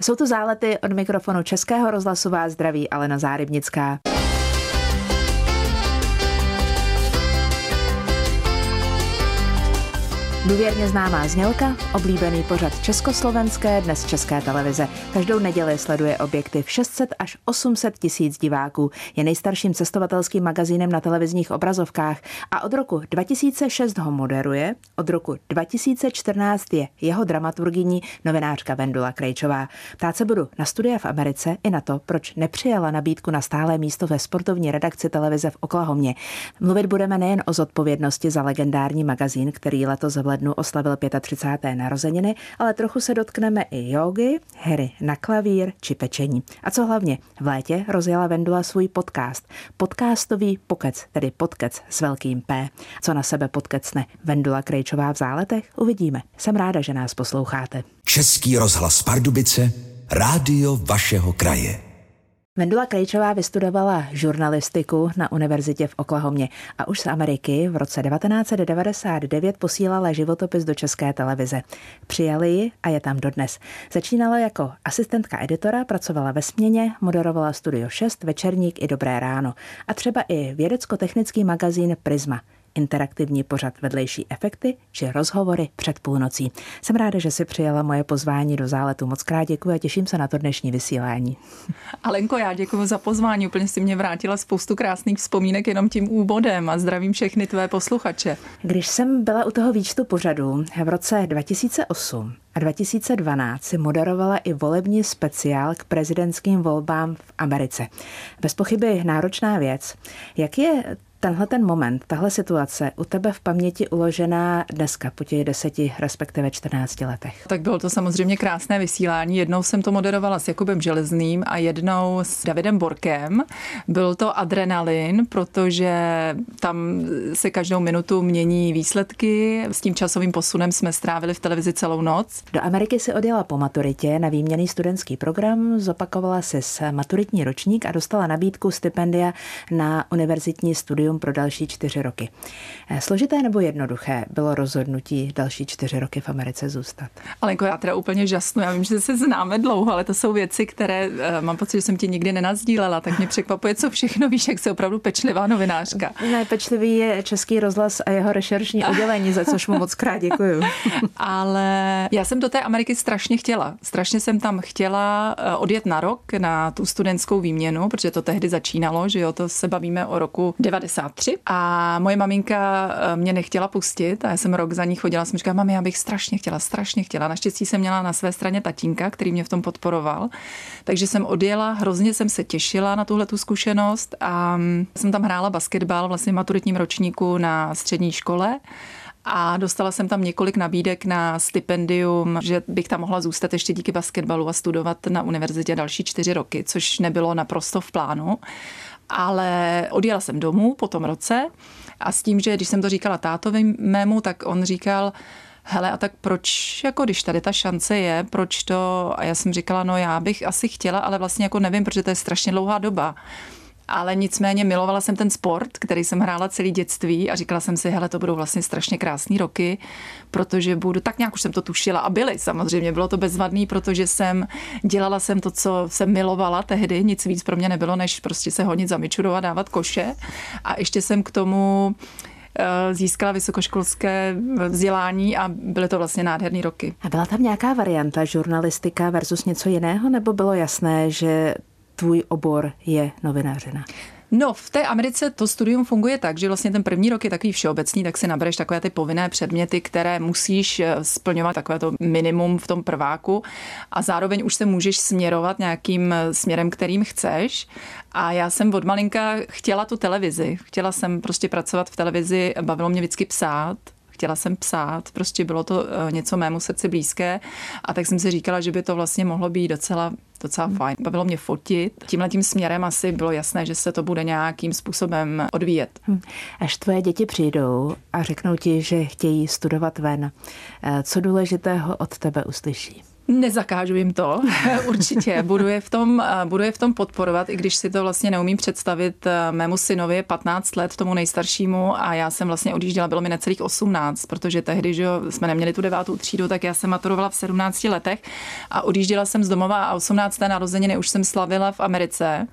Jsou to Zálety, od mikrofonu Českého rozhlasu vás zdraví Alena Zárybnická. Důvěrně známá znělka, oblíbený pořad československé, dnes České televize. Každou neděli sleduje Objektiv 600 až 800 tisíc diváků. Je nejstarším cestovatelským magazínem na televizních obrazovkách a od roku 2006 ho moderuje, od roku 2014 je jeho dramaturgyní novinářka Vendula Krejčová. Ptát se budu na studia v Americe i na to, proč nepřijala nabídku na stálé místo ve sportovní redakci televize v Oklahomě. Mluvit budeme nejen o zodpovědnosti za legendární magazín, který letos v lednu oslavil 35. narozeniny, ale trochu se dotkneme i jógy, hry na klavír či pečení. A co hlavně, v létě rozjela Vendula svůj podcast. Podcastový pokec, tedy podkec s velkým P. Co na sebe podkecne Vendula Krejčová v Záletech, uvidíme. Jsem ráda, že nás posloucháte. Český rozhlas Pardubice, rádio vašeho kraje. Vendula Krejčová vystudovala žurnalistiku na univerzitě v Oklahomě a už z Ameriky v roce 1999 posílala životopis do České televize. Přijali ji a je tam dodnes. Začínala jako asistentka editora, pracovala ve směně, moderovala Studio 6, Večerník i Dobré ráno a třeba i vědecko-technický magazín Prisma. Interaktivní pořad Vedlejší efekty či rozhovory před půlnocí. Jsem ráda, že si přijala moje pozvání do Záletu. Moc krát děkuji a těším se na to dnešní vysílání. Alenko, já děkuji za pozvání. Úplně si mě vrátila spoustu krásných vzpomínek jenom tím úvodem a zdravím všechny tvé posluchače. Když jsem byla u toho výčtu pořadů v roce 2008 a 2012 si moderovala i volební speciál k prezidentským volbám v Americe. Bez pochyby náročná věc. Jak je tenhle ten moment, tahle situace u tebe v paměti uložená dneska po těch 10, respektive 14 letech? Tak bylo to samozřejmě krásné vysílání. Jednou jsem to moderovala s Jakubem Železným a jednou s Davidem Borkem. Byl to adrenalin, protože tam se každou minutu mění výsledky. S tím časovým posunem jsme strávili v televizi celou noc. Do Ameriky si odjela po maturitě na výměnný studentský program, zopakovala si maturitní ročník a dostala nabídku stipendia na univerzitní studium pro další 4 roky. Složité nebo jednoduché bylo rozhodnutí další 4 roky v Americe zůstat? Alenko, já teda úplně žasnu. Já vím, že se známe dlouho, ale to jsou věci, které mám pocit, že jsem ti nikdy nenazdílela, tak mě překvapuje, co všechno víš, jak jsi opravdu pečlivá novinářka. Ne, pečlivý je Český rozhlas a jeho rešeršní oddělení, za což mu moc krát děkuju. Ale já jsem do té Ameriky strašně chtěla. Strašně jsem tam chtěla odjet na rok na tu studentskou výměnu, protože to tehdy začínalo, že jo, to se bavíme o roku 93. A moje maminka mě nechtěla pustit a já jsem rok za ní chodila, jsem říkala, mami, já bych strašně chtěla. Naštěstí jsem měla na své straně tatínka, který mě v tom podporoval. Takže jsem odjela, hrozně jsem se těšila na tuhletu zkušenost a jsem tam hrála basketbal vlastně v maturitním ročníku na střední škole. A dostala jsem tam několik nabídek na stipendium, že bych tam mohla zůstat ještě díky basketbalu a studovat na univerzitě další 4 roky, což nebylo naprosto v plánu. Ale odjela jsem domů po tom roce a s tím, že když jsem to říkala tátovi mému, tak on říkal, hele, a tak proč, jako když tady ta šance je, proč to? A já jsem říkala, no já bych asi chtěla, ale vlastně jako nevím, protože to je strašně dlouhá doba. Ale nicméně milovala jsem ten sport, který jsem hrála celý dětství a říkala jsem si, hele, to budou vlastně strašně krásný roky, protože budu, tak nějak už jsem to tušila a byly samozřejmě, bylo to bezvadný, protože dělala jsem to, co jsem milovala tehdy, nic víc pro mě nebylo, než prostě se honit za mičurou a dávat koše a ještě jsem k tomu získala vysokoškolské vzdělání a byly to vlastně nádherný roky. A byla tam nějaká varianta žurnalistika versus něco jiného, nebo bylo jasné, že tvůj obor je novinařina? No, v té Americe to studium funguje tak, že vlastně ten první rok je takový všeobecný, tak si nabereš takové ty povinné předměty, které musíš splňovat, takové to minimum v tom prváku a zároveň už se můžeš směrovat nějakým směrem, kterým chceš. A já jsem od malinka chtěla tu televizi. Chtěla jsem prostě pracovat v televizi, bavilo mě vždycky psát. Chtěla jsem psát, prostě bylo to něco mému srdci blízké a tak jsem si říkala, že by to vlastně mohlo být docela fajn. Bavilo mě fotit. Tímhletím směrem asi bylo jasné, že se to bude nějakým způsobem odvíjet. Až tvoje děti přijdou a řeknou ti, že chtějí studovat ven, co důležitého od tebe uslyší? Nezakážu jim to, určitě. Budu je v tom podporovat, i když si to vlastně neumím představit. Mému synovi je 15 let, tomu nejstaršímu, a já jsem vlastně odjížděla, bylo mi necelých 18, protože tehdy, že jsme neměli tu 9. třídu, tak já jsem maturovala v 17 letech a odjížděla jsem z domova a 18. narozeniny už jsem slavila v Americe.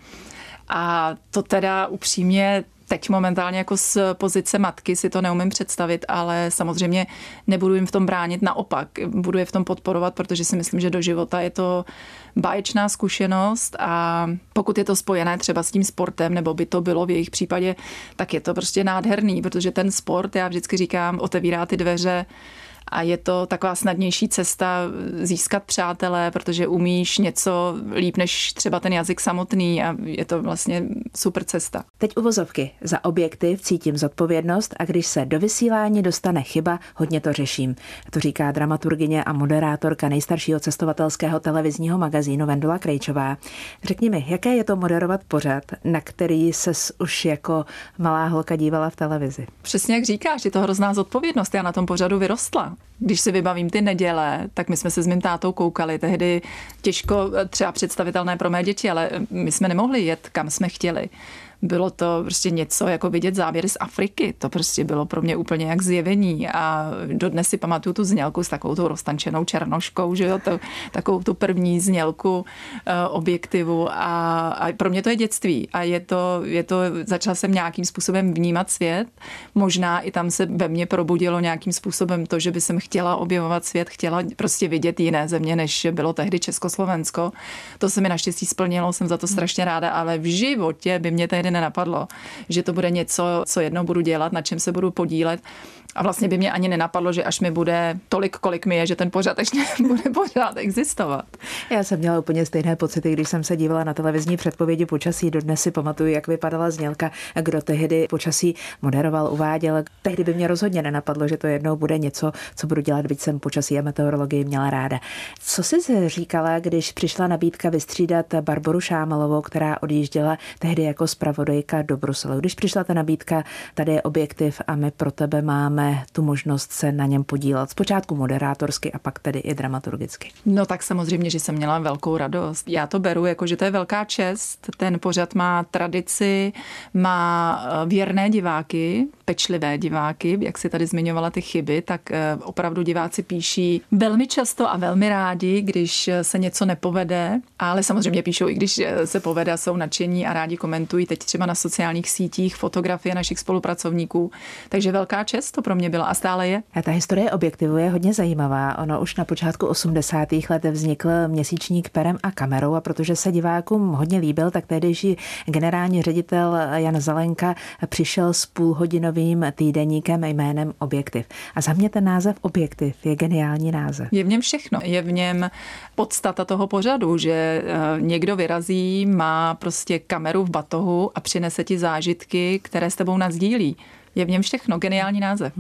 A to teda upřímně teď momentálně jako z pozice matky si to neumím představit, ale samozřejmě nebudu jim v tom bránit, naopak budu je v tom podporovat, protože si myslím, že do života je to báječná zkušenost a pokud je to spojené třeba s tím sportem, nebo by to bylo v jejich případě, tak je to prostě nádherný, protože ten sport, já vždycky říkám, otevírá ty dveře a je to taková snadnější cesta získat přátelé, protože umíš něco líp než třeba ten jazyk samotný a je to vlastně super cesta. Teď uvozovky. Za objektiv cítím zodpovědnost a když se do vysílání dostane chyba, hodně to řeším. To říká dramaturgyně a moderátorka nejstaršího cestovatelského televizního magazínu Vendula Krejčová. Řekni mi, jaké je to moderovat pořad, na který ses už jako malá holka dívala v televizi? Přesně jak říkáš, je to hrozná zodpovědnost. Já na tom pořadu vyrostla. Když si vybavím ty neděle, tak my jsme se s mým tátou koukali. Tehdy těžko třeba představitelné pro mé děti, ale my jsme nemohli jet, kam jsme chtěli. Bylo to prostě něco jako vidět záběry z Afriky. To prostě bylo pro mě úplně jak zjevení a dodnes si pamatuju tu znělku s takovou tou roztančenou černoškou, že jo, takovou tu první znělku objektivu a pro mě to je dětství a je to, začala jsem nějakým způsobem vnímat svět. Možná i tam se ve mně probudilo nějakým způsobem to, že by jsem chtěla objevovat svět, chtěla prostě vidět jiné země, než bylo tehdy Československo. To se mi naštěstí splnilo, jsem za to strašně ráda, ale v životě by mě tehdy nenapadlo, že to bude něco, co jednou budu dělat, na čem se budu podílet. A vlastně by mě ani nenapadlo, že až mi bude tolik, kolik mi je, že ten pořad ještě bude pořád existovat. Já jsem měla úplně stejné pocity, když jsem se dívala na televizní předpovědi počasí. Dodnes si pamatuju, jak vypadala znělka, kdo tehdy počasí moderoval, uváděl. Tehdy by mě rozhodně nenapadlo, že to jednou bude něco, co budu dělat, byť jsem počasí a meteorologii měla ráda. Co jsi říkala, když přišla nabídka vystřídat Barboru Šámalovou, která odjížděla tehdy jako zpravodajka do Bruselu? Když přišla ta nabídka, tady je objektiv a my pro tebe máme tu možnost se na něm podílet. Zpočátku moderátorsky a pak tedy i dramaturgicky. No tak samozřejmě, že jsem měla velkou radost. Já to beru jako, že to je velká čest. Ten pořad má tradici, má věrné diváky, pečlivé diváky, jak si tady zmiňovala ty chyby, tak opravdu diváci píší velmi často a velmi rádi, když se něco nepovede, ale samozřejmě píšou i když se povede, jsou nadšení a rádi komentují teď třeba na sociálních sítích fotografie našich spolupracovníků. Takže velká čest to pro mě byla a stále je. A ta historie objektivu je hodně zajímavá. Ono už na počátku 80. let vznikl měsíčník Perem a kamerou a protože se divákům hodně líbil, tak tehdejší generální ředitel Jan Zelenka přišel s půlhodinovým týdeníkem jménem Objektiv. A za mě ten název Objektiv je geniální název. Je v něm všechno. Je v něm podstata toho pořadu, že někdo vyrazí, má prostě kameru v batohu a přinese ti zážitky, které s tebou nasdílí. Je v něm všechno, geniální název.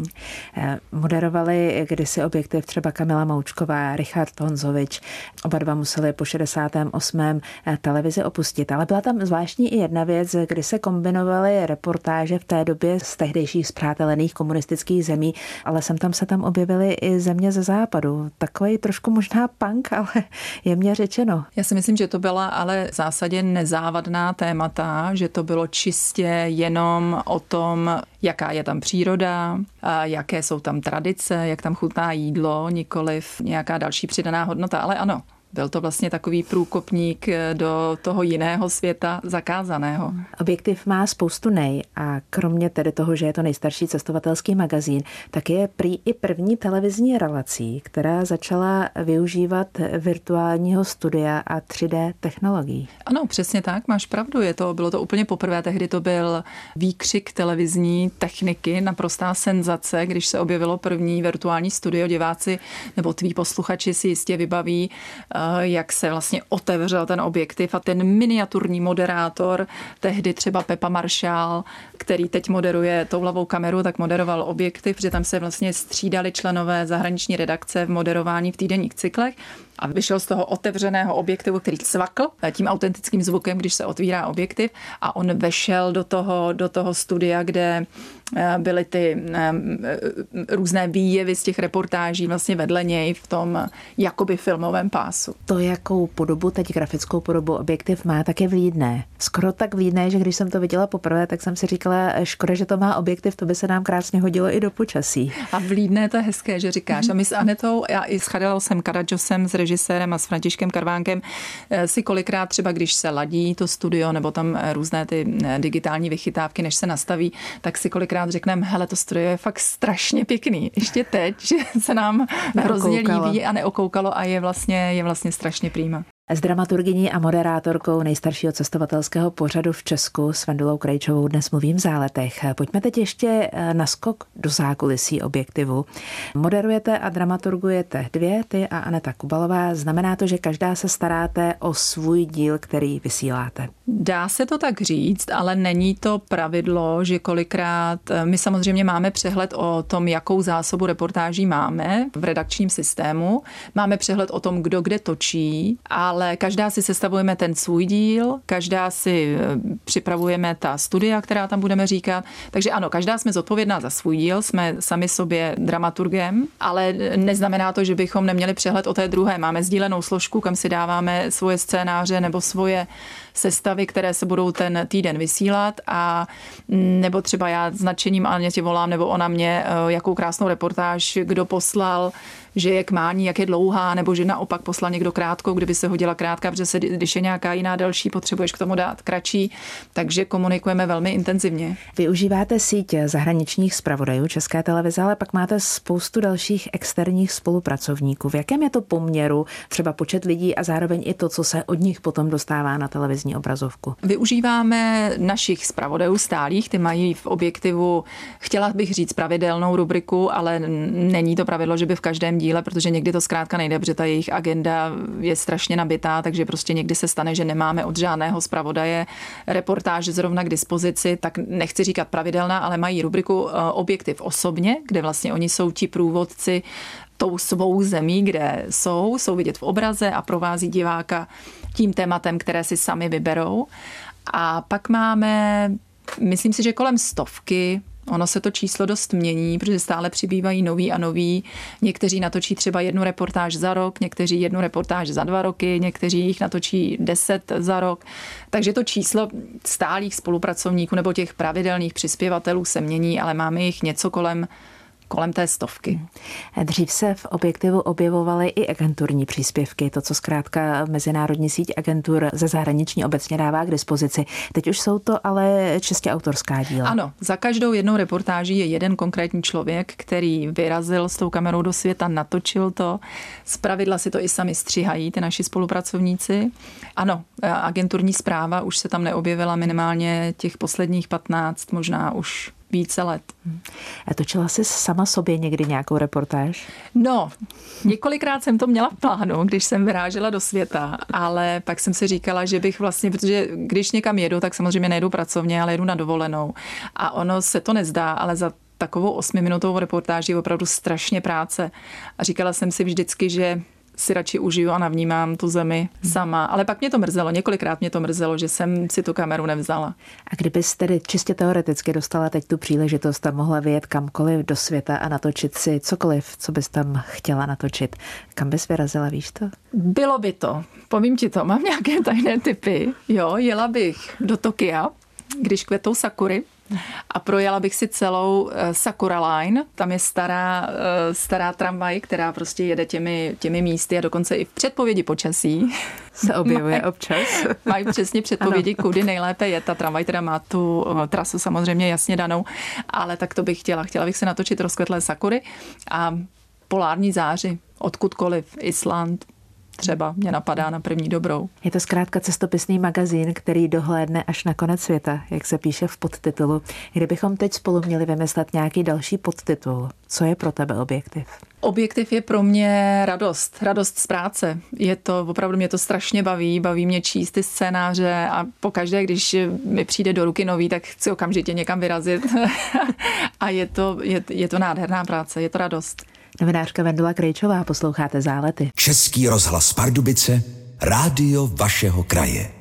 Moderovali kdysi Objektiv třeba Kamila Moučková, Richard Honzovič. Oba dva museli po 68. televizi opustit. Ale byla tam zvláštní i jedna věc, kdy se kombinovaly reportáže v té době z tehdejších spřátelených komunistických zemí, ale sem tam se tam objevily i země ze západu. Takový trošku možná punk, ale jemně řečeno. Já si myslím, že to byla ale v zásadě nezávadná témata, že to bylo čistě jenom o tom, jaká je tam příroda, jaké jsou tam tradice, jak tam chutná jídlo, nikoliv nějaká další přidaná hodnota, ale ano. Byl to vlastně takový průkopník do toho jiného světa zakázaného. Objektiv má spoustu nej a kromě tedy toho, že je to nejstarší cestovatelský magazín, tak je prý i první televizní relací, která začala využívat virtuálního studia a 3D technologií. Ano, přesně tak, máš pravdu. Bylo to úplně poprvé, tehdy to byl výkřik televizní techniky, naprostá senzace, když se objevilo první virtuální studio. Diváci nebo tví posluchači si jistě vybaví, jak se vlastně otevřel ten objektiv a ten miniaturní moderátor, tehdy třeba Pepa Maršál, který teď moderuje touhlavou kameru, tak moderoval Objektiv, že tam se vlastně střídali členové zahraniční redakce v moderování v týdenních cyklech a vyšel z toho otevřeného objektivu, který cvakl tím autentickým zvukem, když se otvírá objektiv, a on vešel do toho studia, kde byly ty různé výjevy z těch reportáží vlastně vedle něj v tom jakoby filmovém pásu. To, jakou podobu, teď grafickou podobu objektiv má, tak je vlídné. Skoro tak vlídné, že když jsem to viděla poprvé, tak jsem si říkala, škoda, že to má objektiv, to by se nám krásně hodilo i do počasí. A vlídné, to je hezké, že říkáš. A my s Anetou, já i s Charelosem Karadžosem, s režisérem, a s Františkem Karvánkem si kolikrát třeba, když se ladí to studio, nebo tam různé ty digitální vychytávky, než se nastaví, tak si kolikrát řekneme, hele, to studio je fakt strašně pěkný. Ještě teď, že se nám hrozně líbí a neokoukalo a je vlastně strašně prýma. S dramaturgyní a moderátorkou nejstaršího cestovatelského pořadu v Česku s Vendulou Krejčovou dnes mluvím v Záletech. Pojďme teď ještě na skok do zákulisí objektivu. Moderujete a dramaturgujete dvě, ty a Aneta Kubalová. Znamená to, že každá se staráte o svůj díl, který vysíláte? Dá se to tak říct, ale není to pravidlo, že kolikrát my samozřejmě máme přehled o tom, jakou zásobu reportáží máme v redakčním systému. Máme přehled o tom, kdo kde točí, ale každá si sestavujeme ten svůj díl, každá si připravujeme ta studia, která tam budeme říkat. Takže ano, každá jsme zodpovědná za svůj díl, jsme sami sobě dramaturgem, ale neznamená to, že bychom neměli přehled o té druhé. Máme sdílenou složku, kam si dáváme svoje scénáře nebo svoje sestavy, které se budou ten týden vysílat, a nebo třeba já s nadšením Anětě volám, nebo ona mě, jakou krásnou reportáž kdo poslal, že je k mání, jak je dlouhá, nebo že naopak poslal někdo krátkou, kdyby se hodila krátká, protože když je nějaká jiná delší, potřebuješ k tomu dát kratší, takže komunikujeme velmi intenzivně. Využíváte síť zahraničních zpravodajů České televize, ale pak máte spoustu dalších externích spolupracovníků. V jakém je to poměru, třeba počet lidí a zároveň i to, co se od nich potom dostává na televizní obrazovku? Využíváme našich zpravodajů stálých, ty mají v objektivu, chtěla bych říct, pravidelnou rubriku, ale není to pravidlo, že by v každém díle, protože někdy to zkrátka nejde, protože ta jejich agenda je strašně nabitá, takže prostě někdy se stane, že nemáme od žádného zpravodaje reportáže zrovna k dispozici, tak nechci říkat pravidelná, ale mají rubriku Objektiv osobně, kde vlastně oni jsou ti průvodci tou svou zemí, kde jsou vidět v obraze a provází diváka tím tématem, které si sami vyberou. A pak máme, myslím si, že kolem 100. Ono se to číslo dost mění, protože stále přibývají noví a noví. Někteří natočí třeba 1 reportáž za rok, někteří 1 reportáž za 2 roky, někteří jich natočí 10 za rok. Takže to číslo stálých spolupracovníků nebo těch pravidelných přispěvatelů se mění, ale máme jich něco kolem té 100. Dřív se v objektivu objevovaly i agenturní příspěvky, to, co zkrátka mezinárodní síť agentur ze zahraniční obecně dává k dispozici. Teď už jsou to ale čistě autorská díla. Ano, za každou jednou reportáží je jeden konkrétní člověk, který vyrazil s tou kamerou do světa, natočil to. Zpravidla si to i sami střihají, ty naši spolupracovníci. Ano, agenturní zpráva už se tam neobjevila minimálně těch posledních 15, možná už více let. A točila jsi sama sobě někdy nějakou reportáž? No, několikrát jsem to měla v plánu, když jsem vyrážela do světa, ale pak jsem si říkala, že bych vlastně, protože když někam jedu, tak samozřejmě nejedu pracovně, ale jedu na dovolenou. A ono se to nezdá, ale za takovou 8minutovou reportáži je opravdu strašně práce. A říkala jsem si vždycky, že si radši užiju a navnímám tu zemi sama. Ale pak mě to mrzelo, několikrát mě to mrzelo, že jsem si tu kameru nevzala. A kdybys tedy čistě teoreticky dostala teď tu příležitost a mohla vyjet kamkoliv do světa a natočit si cokoliv, co bys tam chtěla natočit, kam bys vyrazila, víš to? Bylo by to. Povím ti to, mám nějaké tajné tipy. Jo, jela bych do Tokia, když kvetou sakury, a projela bych si celou Sakura Line. Tam je stará tramvaj, která prostě jede těmi místy a dokonce i v předpovědi počasí se objevuje občas. Mají přesně předpovědi, kudy nejlépe je. Ta tramvaj teda má tu trasu samozřejmě jasně danou, ale tak to bych chtěla. Chtěla bych si natočit rozkvetlé sakury a polární záři, odkudkoliv, Island, třeba mě napadá na první dobrou. Je to zkrátka cestopisný magazín, který dohlédne až na konec světa, jak se píše v podtitulu. Kdybychom teď spolu měli vymyslet nějaký další podtitul, co je pro tebe objektiv? Objektiv je pro mě radost z práce. Je to, opravdu mě to strašně baví mě číst ty scénáře a pokaždé, když mi přijde do ruky nový, tak chci okamžitě někam vyrazit a je to nádherná práce, je to radost. Novinářka Vendula Krejčová, posloucháte Zálety. Český rozhlas Pardubice, rádio vašeho kraje.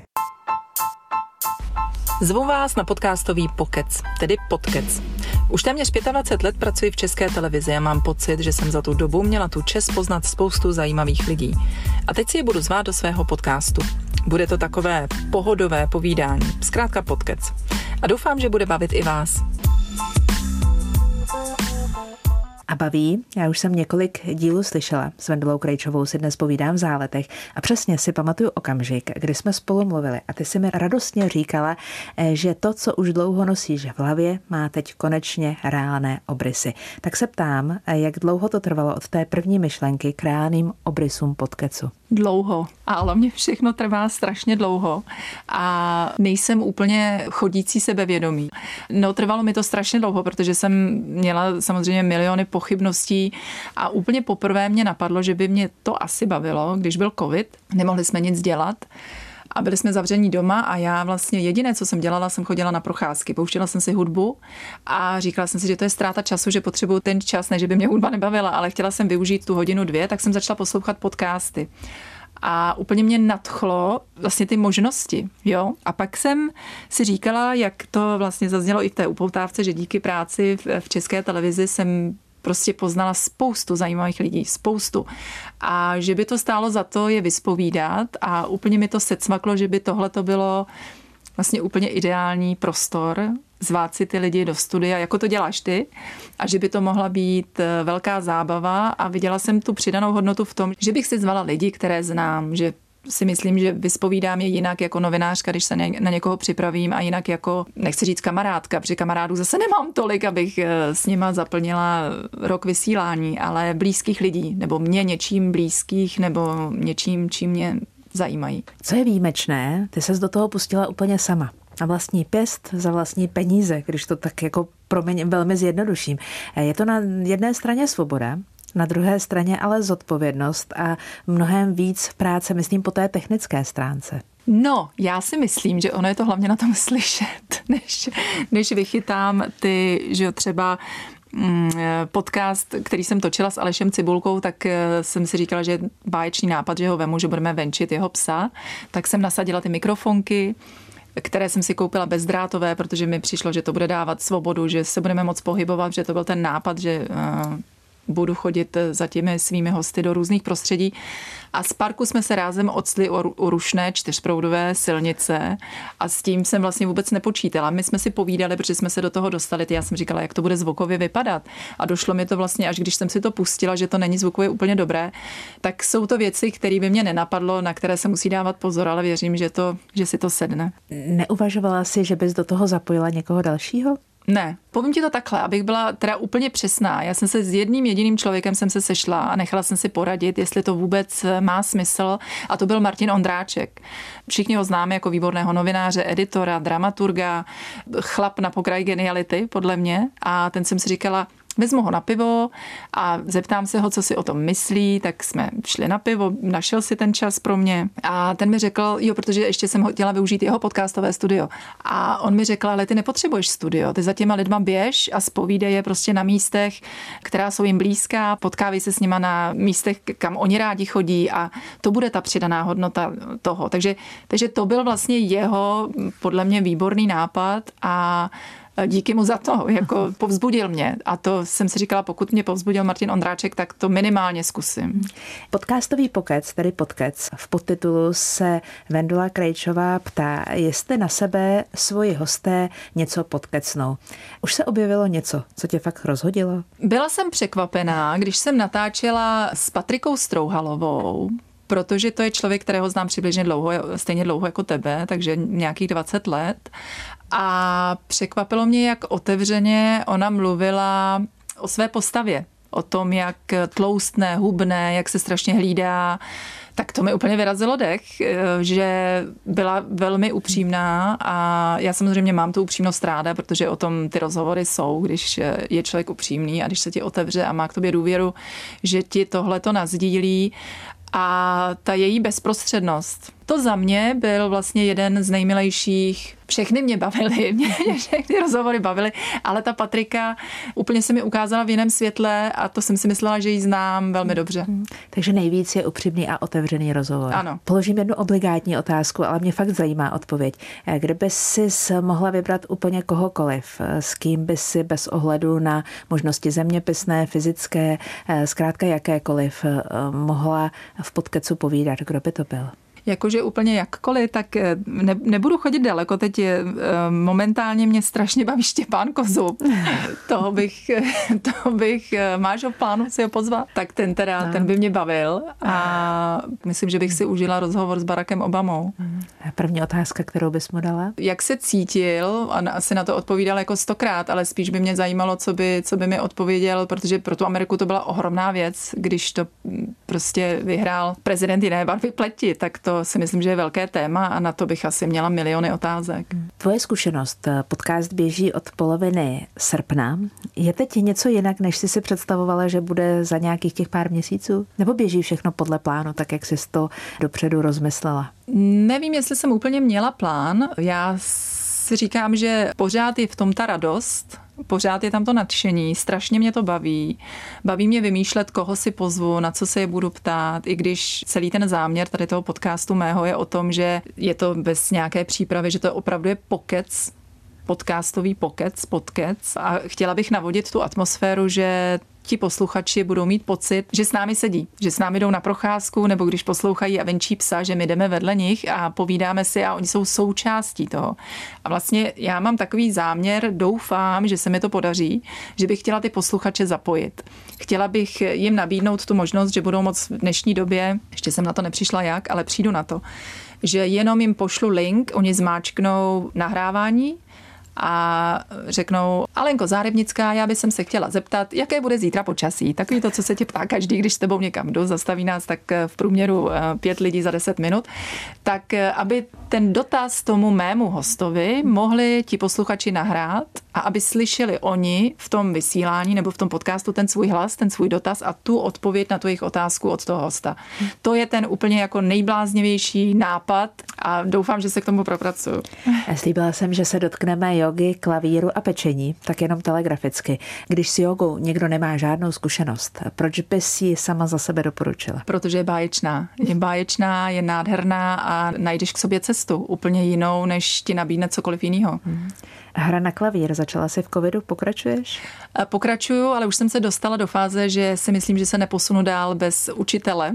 Zvu vás na podcastový Pokec, tedy Podkec. Už téměř 25 let pracuji v České televizi a mám pocit, že jsem za tu dobu měla tu čest poznat spoustu zajímavých lidí. A teď si je budu zvát do svého podcastu. Bude to takové pohodové povídání, zkrátka Podkec. A doufám, že bude bavit i vás. A baví, já už jsem několik dílů slyšela, s Vendulou Krejčovou si dnes povídám v Záletech a přesně si pamatuju okamžik, kdy jsme spolu mluvili a ty si mi radostně říkala, že to, co už dlouho nosíš v hlavě, má teď konečně reálné obrysy. Tak se ptám, jak dlouho to trvalo od té první myšlenky k reálným obrysům Podkecu? Dlouho, ale mě všechno trvá strašně dlouho a nejsem úplně chodící sebevědomí. No, trvalo mi to strašně dlouho, protože jsem měla samozřejmě miliony pochybností a úplně poprvé mě napadlo, že by mě to asi bavilo, když byl covid, nemohli jsme nic dělat a byli jsme zavření doma a já vlastně jediné, co jsem dělala, jsem chodila na procházky. Pouštěla jsem si hudbu a říkala jsem si, že to je ztráta času, že potřebuju ten čas, ne že by mě hudba nebavila, ale chtěla jsem využít tu hodinu, dvě, tak jsem začala poslouchat podcasty. A úplně mě nadchlo vlastně ty možnosti, jo. A pak jsem si říkala, jak to vlastně zaznělo i v té upoutávce, že díky práci v České televizi jsem prostě poznala spoustu zajímavých lidí, spoustu. A že by to stálo za to je vyspovídat a úplně mi to secvaklo, že by tohle to bylo vlastně úplně ideální prostor, zvát si ty lidi do studia, jako to děláš ty, a že by to mohla být velká zábava a viděla jsem tu přidanou hodnotu v tom, že bych si zvala lidi, které znám, že si myslím, že vyspovídám je jinak jako novinářka, když se na někoho připravím a jinak jako, nechci říct kamarádka, protože kamarádů zase nemám tolik, abych s nima zaplnila rok vysílání, ale blízkých lidí, nebo mě něčím blízkých, nebo něčím, čím mě zajímají. Co je výjimečné, ty ses do toho pustila úplně sama. Na vlastní pěst, za vlastní peníze, když to tak jako promiň velmi zjednoduším. Je to na jedné straně svoboda, na druhé straně ale zodpovědnost a mnohem víc práce, myslím, po té technické stránce. No, já si myslím, že ono je to hlavně na tom slyšet, než vychytám ty, že jo, třeba podcast, který jsem točila s Alešem Cibulkou, tak jsem si říkala, že je báječný nápad, že ho vemu, že budeme venčit jeho psa, tak jsem nasadila ty mikrofonky, které jsem si koupila bezdrátové, protože mi přišlo, že to bude dávat svobodu, že se budeme moc pohybovat, že to byl ten nápad, že budu chodit za těmi svými hosty do různých prostředí. A z parku jsme se rázem octli u rušné 4proudové silnice a s tím jsem vlastně vůbec nepočítala. My jsme si povídali, protože jsme se do toho dostali. Já jsem říkala, jak to bude zvukově vypadat. A došlo mi to vlastně, až když jsem si to pustila, že to není zvukově úplně dobré, tak jsou to věci, které by mě nenapadlo, na které se musí dávat pozor, ale věřím, že si to sedne. Neuvažovala si, že bys do toho zapojila někoho dalšího? Ne, povím ti to takhle, abych byla teda úplně přesná. Já jsem se s jedním jediným člověkem jsem se sešla a nechala jsem si poradit, jestli to vůbec má smysl, a to byl Martin Ondráček. Všichni ho známe jako výborného novináře, editora, dramaturga, chlap na pokraji geniality, podle mě, a ten jsem si říkala, vezmu ho na pivo a zeptám se ho, co si o tom myslí, tak jsme šli na pivo, našel si ten čas pro mě a ten mi řekl, jo, protože ještě jsem chtěla využít jeho podcastové studio. A on mi řekl, ale ty nepotřebuješ studio, ty za těma lidma běž a zpovídej je prostě na místech, která jsou jim blízká, potkávej se s nima na místech, kam oni rádi chodí a to bude ta přidaná hodnota toho. Takže to byl vlastně jeho, podle mě, výborný nápad a díky mu za to, jako povzbudil mě. A to jsem si říkala, pokud mě povzbudil Martin Ondráček, tak to minimálně zkusím. Podcastový Pokec, tedy Podkec, v podtitulu se Vendula Krejčová ptá, jestli na sebe svoji hosté něco podkecnou. Už se objevilo něco, co tě fakt rozhodilo? Byla jsem překvapená, když jsem natáčela s Patrikou Strouhalovou, protože to je člověk, kterého znám přibližně dlouho, stejně dlouho jako tebe, takže nějakých 20 let. A překvapilo mě, jak otevřeně ona mluvila o své postavě, o tom, jak tloustne, hubne, jak se strašně hlídá. Tak to mi úplně vyrazilo dech, že byla velmi upřímná a já samozřejmě mám tu upřímnost ráda, protože o tom ty rozhovory jsou, když je člověk upřímný a když se ti otevře a má k tobě důvěru, že ti tohleto nasdílí. A ta její bezprostřednost, To za mě byl vlastně jeden z nejmilejších. Všechny mě bavily, mě všechny rozhovory bavily, ale ta Patrika úplně se mi ukázala v jiném světle a to jsem si myslela, že ji znám velmi dobře. Takže nejvíc je upřímný a otevřený rozhovor. Ano. Položím jednu obligátní otázku, ale mě fakt zajímá odpověď. Kdyby si mohla vybrat úplně kohokoliv, s kým by si bez ohledu na možnosti zeměpisné, fyzické, zkrátka jakékoliv, mohla v podcastu povídat, kdo by to byl? Jakože úplně jakkoliv, tak nebudu chodit daleko. Teď momentálně mě strašně baví Štěpán Kozub. Toho bych máš ho v plánu si ho pozvat? Tak ten by mě bavil a myslím, že bych si užila rozhovor s Barackem Obamou. První otázka, kterou bys mu dala? Jak se cítil, a asi na to odpovídal jako 100krát, ale spíš by mě zajímalo, co by mi odpověděl, protože pro tu Ameriku to byla ohromná věc, když to prostě vyhrál prezident jiné barvy pleti, tak to si myslím, že je velké téma a na to bych asi měla miliony otázek. Tvoje zkušenost, podcast běží od poloviny srpna. Je teď něco jinak, než jsi si představovala, že bude za nějakých těch pár měsíců? Nebo běží všechno podle plánu, tak jak jsi to dopředu rozmyslela? Nevím, jestli jsem úplně měla plán. Já si říkám, že pořád je v tom ta radost, pořád je tam to nadšení, strašně mě to baví. Baví mě vymýšlet, koho si pozvu, na co se je budu ptát, i když celý ten záměr tady toho podcastu mého je o tom, že je to bez nějaké přípravy, že to opravdu je pokec, podcastový pokec a chtěla bych navodit tu atmosféru, že ti posluchači budou mít pocit, že s námi sedí, že s námi jdou na procházku, nebo když poslouchají a venčí psa, že my jdeme vedle nich a povídáme si a oni jsou součástí toho. A vlastně já mám takový záměr, doufám, že se mi to podaří, že bych chtěla ty posluchače zapojit. Chtěla bych jim nabídnout tu možnost, že budou moc v dnešní době, ještě jsem na to nepřišla jak, ale přijdu na to, že jenom jim pošlu link, oni zmáčknou nahrávání a řeknou, Alenko Zárybnická, já bych se chtěla zeptat, jaké bude zítra počasí. Takový to, co se tě ptá každý, když s tebou někam jdu, zastaví nás tak v průměru 5 lidí za 10 minut, tak aby ten dotaz tomu mému hostovi mohli ti posluchači nahrát a aby slyšeli oni v tom vysílání nebo v tom podcastu ten svůj hlas, ten svůj dotaz a tu odpověď na tu jejich otázku od toho hosta. To je ten úplně jako nejbláznivější nápad a doufám, že se k tomu propracuju. Slíbila jsem, že se dotkneme jogy, klavíru a pečení, tak jenom telegraficky. Když s jogou někdo nemá žádnou zkušenost, proč bys ji sama za sebe doporučila? Protože je báječná. Je báječná, je nádherná a najdeš k sobě cestu úplně jinou, než ti nabídne cokoliv jiného. Hra na klavír, začala si v covidu, pokračuješ? Pokračuju, ale už jsem se dostala do fáze, že si myslím, že se neposunu dál bez učitele.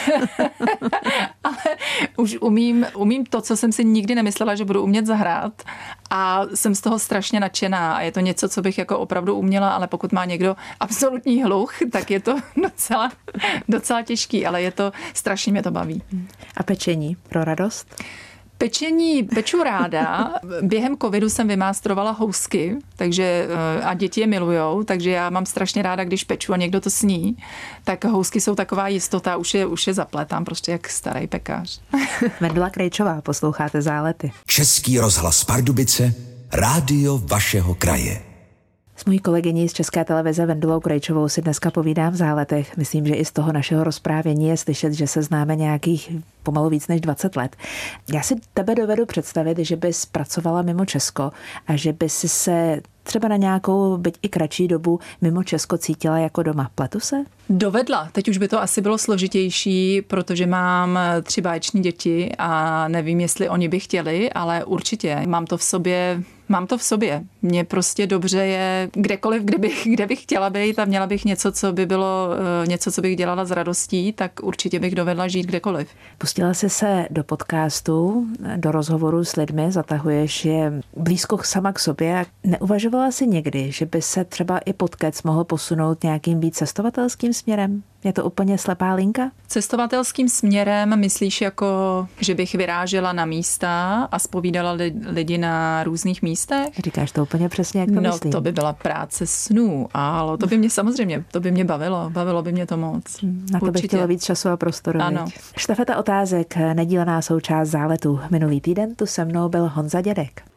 Ale už umím to, co jsem si nikdy nemyslela, že budu umět zahrát a jsem z toho strašně nadšená a je to něco, co bych jako opravdu uměla, ale pokud má někdo absolutní hluch, tak je to docela těžký, ale je to, strašně mě to baví. A pečení pro radost? Pečení peču ráda. Během covidu jsem vymástrovala housky, takže a děti je milujou, takže já mám strašně ráda, když peču a někdo to sní. Tak housky jsou taková jistota, už je zapletám prostě jak starý pekař. Vendula Krejčová, posloucháte Zálety. Český rozhlas Pardubice, rádio vašeho kraje. S mojí kolegyní z České televize Vendulou Krejčovou si dneska povídám v Záletech. Myslím, že i z toho našeho rozprávění je slyšet, že se známe nějakých pomalu víc než 20 let. Já si tebe dovedu představit, že bys pracovala mimo Česko a že bys se třeba na nějakou, byť i kratší dobu, mimo Česko cítila jako doma. Pletu se? Dovedla. Teď už by to asi bylo složitější, protože mám 3 báječní děti a nevím, jestli oni by chtěli, ale určitě mám to v sobě. Mně prostě dobře je kdekoliv, kde bych chtěla být a měla bych něco, co by bylo něco, co bych dělala s radostí, tak určitě bych dovedla žít kdekoliv. Pustila jsi se do podcastu, do rozhovoru s lidmi, zatahuješ je blízko sama k sobě. Neuvažovala jsi někdy, že by se třeba i podcast mohl posunout nějakým víc cestovatelským směrem? Je to úplně slepá linka? Cestovatelským směrem myslíš jako, že bych vyrážela na místa a zpovídala lidi na různých místech? Říkáš to úplně přesně, jak to myslím. No, to by byla práce snů, ale to by mě samozřejmě, to by mě bavilo by mě to moc. Na to bych chtělo víc času a prostoru. Ano. Štafeta otázek, nedílená součást Záletů. Minulý týden tu se mnou byl Honza Dědek.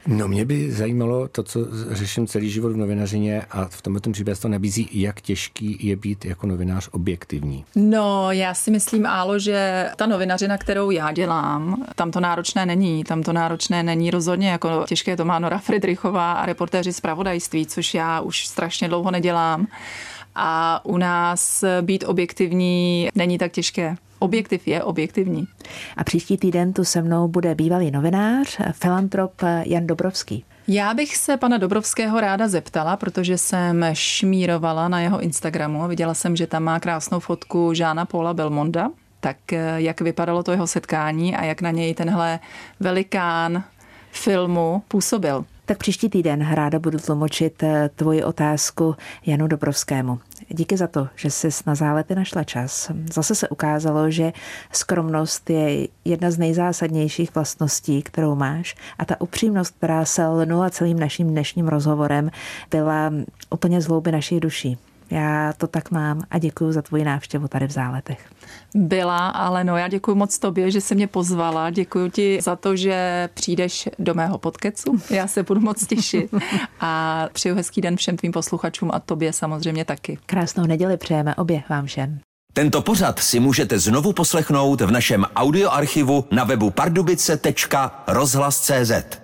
No mě by zajímalo to, co řeším celý život v novinařině a v tomto případě to nabízí, jak těžký je být jako novinář objektivní. No, já si myslím, Álo, že ta novinařina, kterou já dělám, tam to náročné není. Tam to náročné není rozhodně, jako těžké to má Nora Friedrichová a reportéři zpravodajství, což já už strašně dlouho nedělám. A u nás být objektivní není tak těžké. Objektiv je objektivní. A příští týden tu se mnou bude bývalý novinář, filantrop Jan Dobrovský. Já bych se pana Dobrovského ráda zeptala, protože jsem šmírovala na jeho Instagramu. Viděla jsem, že tam má krásnou fotku Jeana Paula Belmonda. Tak jak vypadalo to jeho setkání a jak na něj tenhle velikán filmu působil. Tak příští týden ráda budu tlumočit tvoji otázku Janu Dobrovskému. Díky za to, že jsi na Zálety našla čas. Zase se ukázalo, že skromnost je jedna z nejzásadnějších vlastností, kterou máš. A ta upřímnost, která se lnula celým naším dnešním rozhovorem, byla úplně z hlouby našich duší. Já to tak mám a děkuji za tvoji návštěvu tady v Záletech. Byla, ale no, já děkuji moc tobě, že jsi mě pozvala. Děkuji ti za to, že přijdeš do mého podcastu. Já se budu moc těšit a přeju hezký den všem tvým posluchačům a tobě samozřejmě taky. Krásnou neděli přejeme obě vám všem. Tento pořad si můžete znovu poslechnout v našem audioarchivu na webu pardubice.rozhlas.cz.